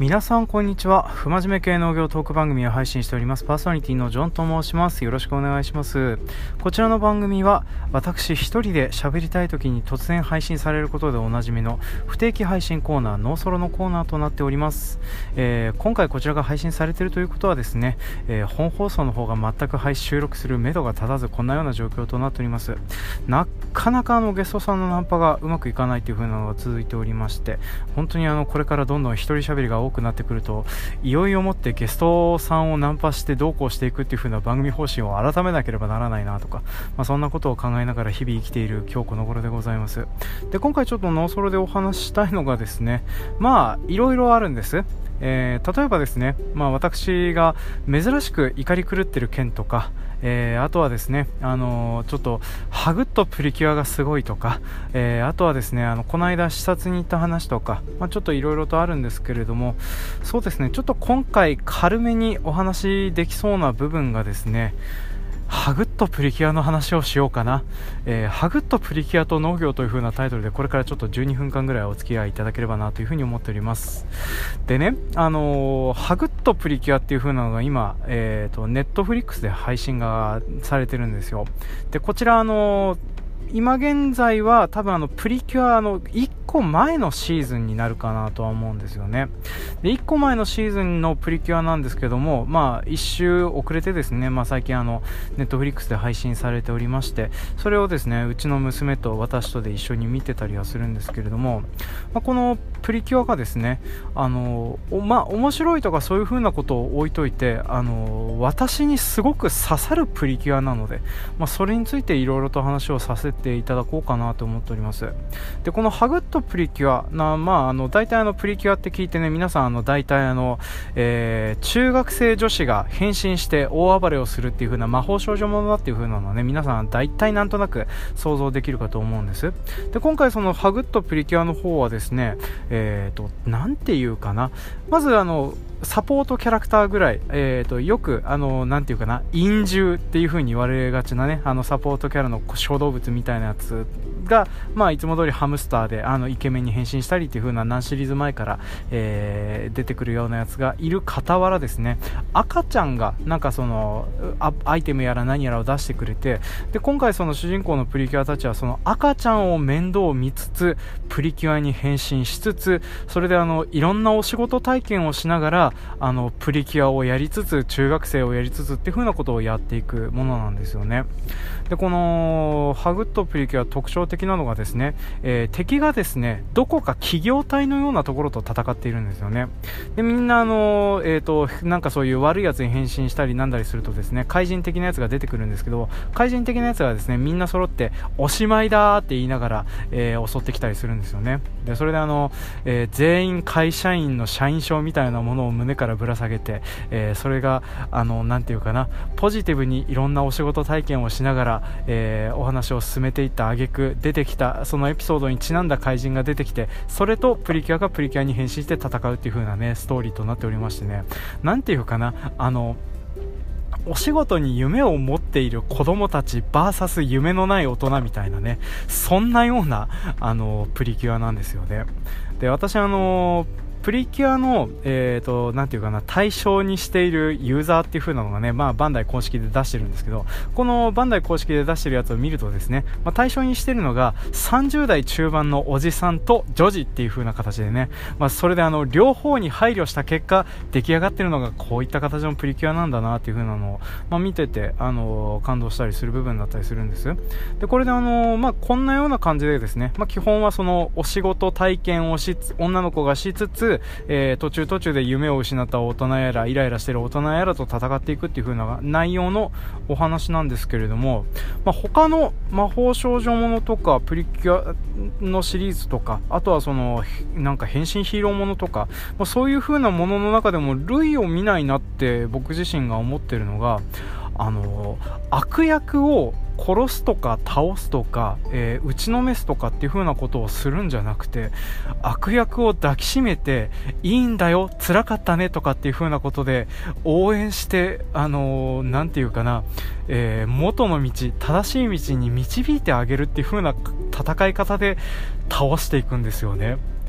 皆さんこんにちは。不真面目系農業トーク番組を配信しておりますパーソナリティのジョンと申します。よろしくお願いします。こちらの番組は私一人で喋りたい時に突然配信されることでおなじみの不定期配信コーナーノーソロのコーナーとなっております。今回こちらが配信されているということはですね、本放送の方が全く収録する目処が立たずこんなような状況となっております。なかなかゲストさんのナンパがうまくいかないという風なのが続いておりまして、本当にこれからどんどん一人喋りが多くなってくると、いよいよもってゲストさんをナンパしてどうこうしていくっていう風な番組方針を改めなければならないなとか、そんなことを考えながら日々生きている今日この頃でございます。で、今回ちょっとノーソロでお話ししたいのがですね、いろいろあるんです。例えばですね、私が珍しく怒り狂ってる件とか、あとはですね、ちょっとハグッとプリキュアがすごいとか、あとはですね、この間視察に行った話とか、ちょっといろいろとあるんですけれども、そうですね、ちょっと今回軽めにお話できそうな部分がですね、ハグッとプリキュアの話をしようかな。ハグッとプリキュアと農業という風なタイトルでこれからちょっと12分間ぐらいお付き合いいただければなという風に思っております。でね、ハグッとプリキュアっていう風なのが今、ネットフリックスで配信がされてるんですよ。で、こちら今現在は多分プリキュア1個前のシーズンになるかなとは思うんですよね。で、1個前のシーズンのプリキュアなんですけども、一周遅れてですね、最近ネットフリックスで配信されておりまして、それをですね、うちの娘と私とで一緒に見てたりはするんですけれども、このプリキュアがですね、面白いとかそういう風なことを置いといて、私にすごく刺さるプリキュアなので、それについていろいろと話をさせていただこうかなと思っております。で、このハグッとプリキュア大体プリキュアって聞いてね、皆さん大体中学生女子が変身して大暴れをするっていう風な魔法少女ものだっていう風なのはね、皆さん大体なんとなく想像できるかと思うんです。で、今回そのハグッとプリキュアの方はですね、なんていうかな、まずサポートキャラクターぐらい、よくなんていうかな、陰獣っていう風に言われがちなね、サポートキャラの小動物みたいなやつが、いつも通りハムスターでイケメンに変身したりっていう風な何シリーズ前から、出てくるようなやつがいる傍らですね、赤ちゃんがなんかアイテムやら何やらを出してくれて、で、今回その主人公のプリキュアたちはその赤ちゃんを面倒を見つつプリキュアに変身しつつ、それでいろんなお仕事体験をしながらプリキュアをやりつつ中学生をやりつつっていう風なことをやっていくものなんですよね。で、このハグッとプリキュア特徴的なのがですね、敵がですね、どこか企業体のようなところと戦っているんですよね。で、みんななんかそういう悪いやつに変身したりなんだりするとですね、怪人的なやつが出てくるんですけど、怪人的なやつがですね、みんな揃っておしまいだーって言いながら、襲ってきたりするんですよね。で、それで全員会社員の社員証みたいなものを胸からぶら下げて、それがなんていうかな、ポジティブにいろんなお仕事体験をしながら、お話を進めていった挙句出てきたそのエピソードにちなんだ怪人が出てきて、それとプリキュアがプリキュアに変身して戦うっていう風なね、ストーリーとなっておりましてね、なんていうかな、お仕事に夢を持っている子供たち VS 夢のない大人みたいなね、そんなようなプリキュアなんですよね。で、私プリキュアの、なんていうかな、対象にしているユーザーっていう風なのがね、バンダイ公式で出してるんですけど、このバンダイ公式で出してるやつを見るとですね、対象にしてるのが30代中盤のおじさんと女児っていう風な形でね、それで両方に配慮した結果出来上がってるのがこういった形のプリキュアなんだなっていう風なのを、見てて感動したりする部分だったりするんです。で、これでこんなような感じでですね、基本はそのお仕事体験を女の子がしつつ、途中で夢を失った大人やらイライラしている大人やらと戦っていくっていう風な内容のお話なんですけれども、他の魔法少女ものとかプリキュアのシリーズとか、あとはなんか変身ヒーローものとか、そういう風なものの中でも類を見ないなって僕自身が思ってるのが、悪役を殺すとか倒すとか、打ちのめすとかっていう風なことをするんじゃなくて、悪役を抱きしめていいんだよ辛かったねとかっていう風なことで応援して、なんていうかな、元の道、正しい道に導いてあげるっていう風な戦い方で倒していくんですよね。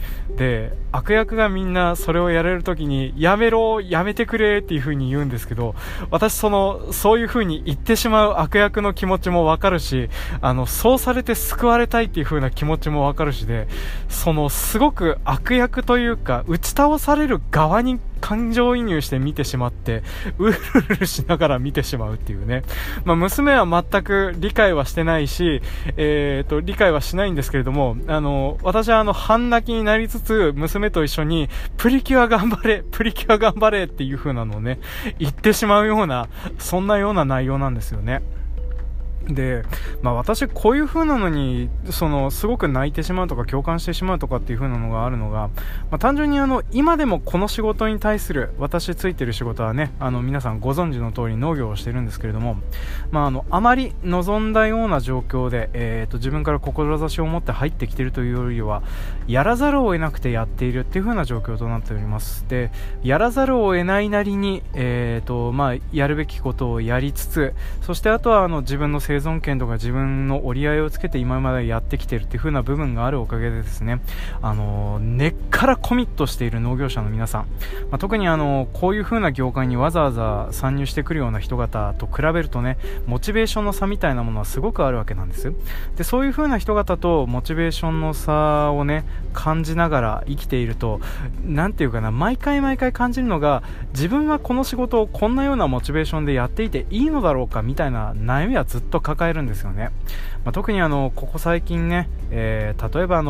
で、悪役がみんなそれをやれるときにやめろ、やめてくれっていう風に言うんですけど、私そういう風に言ってしまう悪役の気持ちもわかるし、そうされて救われたいっていう風な気持ちもわかるしで、すごく悪役というか打ち倒される側に感情移入して見てしまって、うるうるしながら見てしまうっていうね。娘は全く理解はしてないし、理解はしないんですけれども、私は半泣きになりつつ、娘と一緒に、プリキュア頑張れ、プリキュア頑張れっていう風なのをね、言ってしまうような、そんなような内容なんですよね。で、私こういう風なのにすごく泣いてしまうとか共感してしまうとかっていう風なのがあるのが、単純に今でもこの仕事に対する、私ついてる仕事はね、皆さんご存知の通り農業をしてるんですけれども、あまり望んだような状況で、自分から志を持って入ってきているというよりは、やらざるを得なくてやっているっていう風な状況となっております。で、やらざるを得ないなりに、やるべきことをやりつつ、そしてあとは自分の生存権とか自分の折り合いをつけて今までやってきているっていう風な部分があるおかげでですね、根っからコミットしている農業者の皆さん、特にこういう風な業界にわざわざ参入してくるような人方と比べるとね、モチベーションの差みたいなものはすごくあるわけなんです。で、そういう風な人方とモチベーションの差をね感じながら生きていると、なんていうかな、毎回感じるのが、自分はこの仕事をこんなようなモチベーションでやっていていいのだろうかみたいな悩みはずっと抱えるんですよね。特にここ最近ね、例えば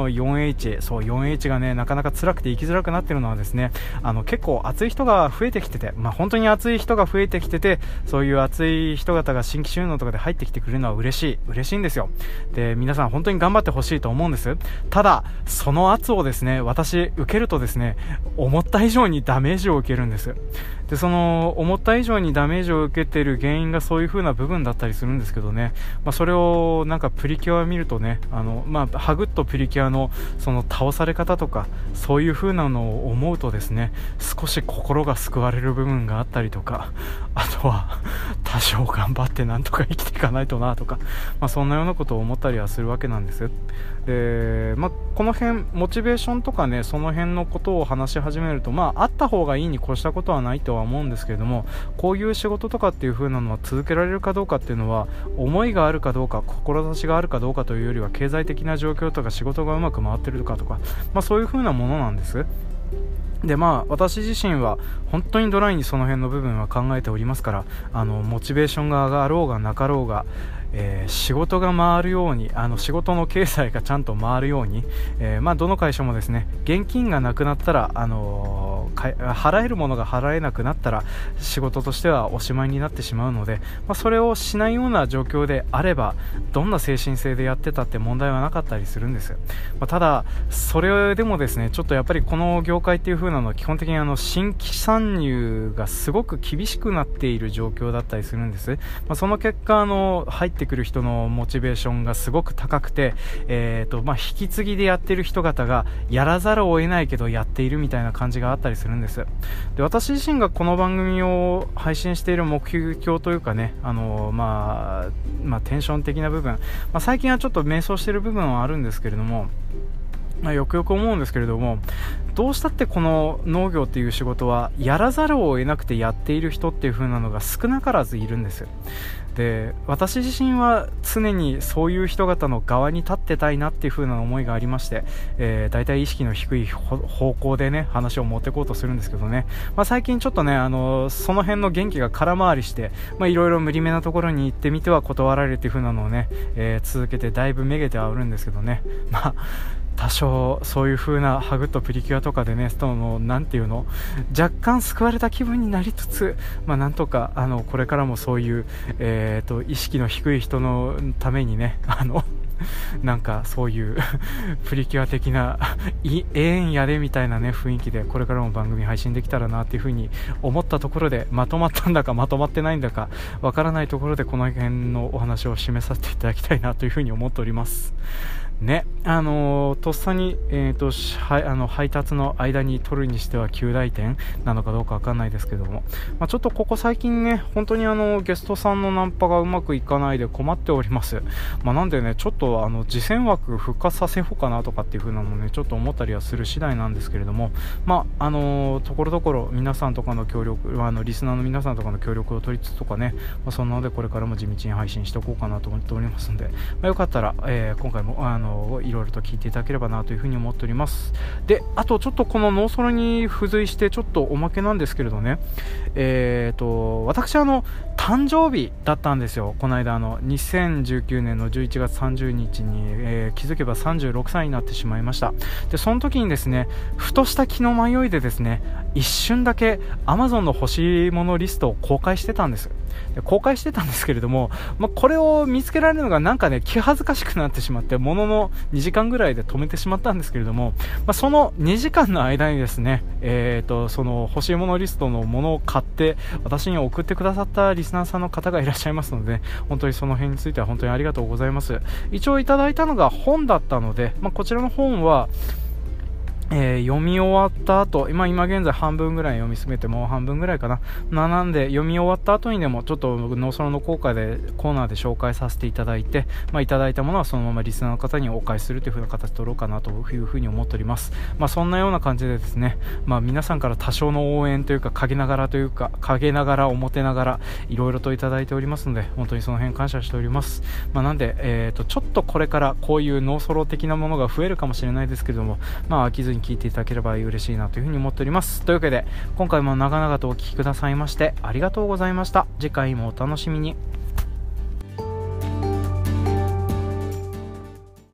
4H がねなかなか辛くて生きづらくなっているのはですね、結構熱い人が増えてきてて、本当に熱い人が増えてきてて、そういう熱い人方が新規収納とかで入ってきてくれるのは嬉しいんですよ。で、皆さん本当に頑張ってほしいと思うんです。ただその圧をですね、私受けるとですね、思った以上にダメージを受けるんです。で、思った以上にダメージを受けてる原因がそういう風な部分だったりするんですけどね、それをなんかプリキュアを見るとね、ハグッとプリキュアの倒され方とかそういう風なのを思うとですね、少し心が救われる部分があったりとか、あとは多少頑張ってなんとか生きていかないとなとか、そんなようなことを思ったりはするわけなんです。で、この辺モチベーションとかね、その辺のことを話し始めると、あった方がいいに越したことはないとは思うんですけれども、こういう仕事とかっていう風なのは続けられるかどうかっていうのは、思いがあるかどうか、志があるかどうかというよりは、経済的な状況とか仕事がうまく回ってるかとか、そういう風なものなんです。で、私自身は本当にドライにその辺の部分は考えておりますから、モチベーションが上がろうがなかろうが、仕事が回るように、仕事の経済がちゃんと回るように、どの会社もですね、現金がなくなったら、払えるものが払えなくなったら仕事としてはおしまいになってしまうので、それをしないような状況であれば、どんな精神性でやってたって問題はなかったりするんです。ただそれでもですね、ちょっとやっぱりこの業界っていう風なのは基本的に新規参入がすごく厳しくなっている状況だったりするんです。その結果入ってくる人のモチベーションがすごく高くて、引き継ぎでやってる人方がやらざるを得ないけどやっているみたいな感じがあったりするんです。で、私自身がこの番組を配信している目標というかね、テンション的な部分、最近はちょっと迷走している部分はあるんですけれども、よくよく思うんですけれども、どうしたってこの農業っていう仕事はやらざるを得なくてやっている人っていう風なのが少なからずいるんです。で、私自身は常にそういう人方の側に立ってたいなっていう風な思いがありまして、だいたい意識の低い方向でね話を持っていこうとするんですけどね、最近ちょっとねその辺の元気が空回りして、いろいろ無理めなところに行ってみては断られるっていう風なのをね、続けてだいぶめげてはおるんですけどね、多少そういう風なハグとプリキュアとかでね、なんていうの、若干救われた気分になりつつ、なんとかこれからもそういう、意識の低い人のためにね、なんかそういうプリキュア的な永遠やでみたいなね雰囲気でこれからも番組配信できたらなっていう風に思ったところで、まとまったんだかまとまってないんだかわからないところでこの辺のお話を締めさせていただきたいなという風に思っておりますね。 とっさに、配達の間に取るにしては及第点なのかどうかわかんないですけども、ちょっとここ最近ね、本当にゲストさんのナンパがうまくいかないで困っております。なんでね、ちょっと次戦枠復活させようかなとかっていう風なのもね、ちょっと思ったりはする次第なんですけれども、ところどころ皆さんとかの協力、リスナーの皆さんとかの協力を取りつつとかね、そんなのでこれからも地道に配信しておこうかなと思っておりますので、よかったら、今回もいろいろと聞いていただければなというふうに思っております。で、あとちょっとこのノーソロに付随してちょっとおまけなんですけれどね、私誕生日だったんですよ。この間2019年の11月30日に、気づけば36歳になってしまいました。で、その時にですね、ふとした気の迷いでですね、一瞬だけ Amazon の欲しいものリストを公開してたんですけれども、これを見つけられるのがなんかね、気恥ずかしくなってしまって、ものの2時間ぐらいで止めてしまったんですけれども、その2時間の間にですね、その欲しいものリストのものを買って私に送ってくださったリスナーさんの方がいらっしゃいますので、本当にその辺については本当にありがとうございます。一応いただいたのが本だったので、こちらの本は読み終わった後、今現在半分ぐらい読み進めて、もう半分ぐらいかな。なんで読み終わった後にでもちょっとノーソロのコーナーで紹介させていただいて、いただいたものはそのままリスナーの方にお返しするという風な形で取ろうかなという風に思っております。そんなような感じでですね、皆さんから多少の応援というか陰ながら表ながらいろいろといただいておりますので、本当にその辺感謝しております。なんで、ちょっとこれからこういうノーソロ的なものが増えるかもしれないですけれども、飽きずに聞いていただければ嬉しいなというふうに思っております。というわけで今回も長々とお聞きくださいましてありがとうございました。次回もお楽しみに。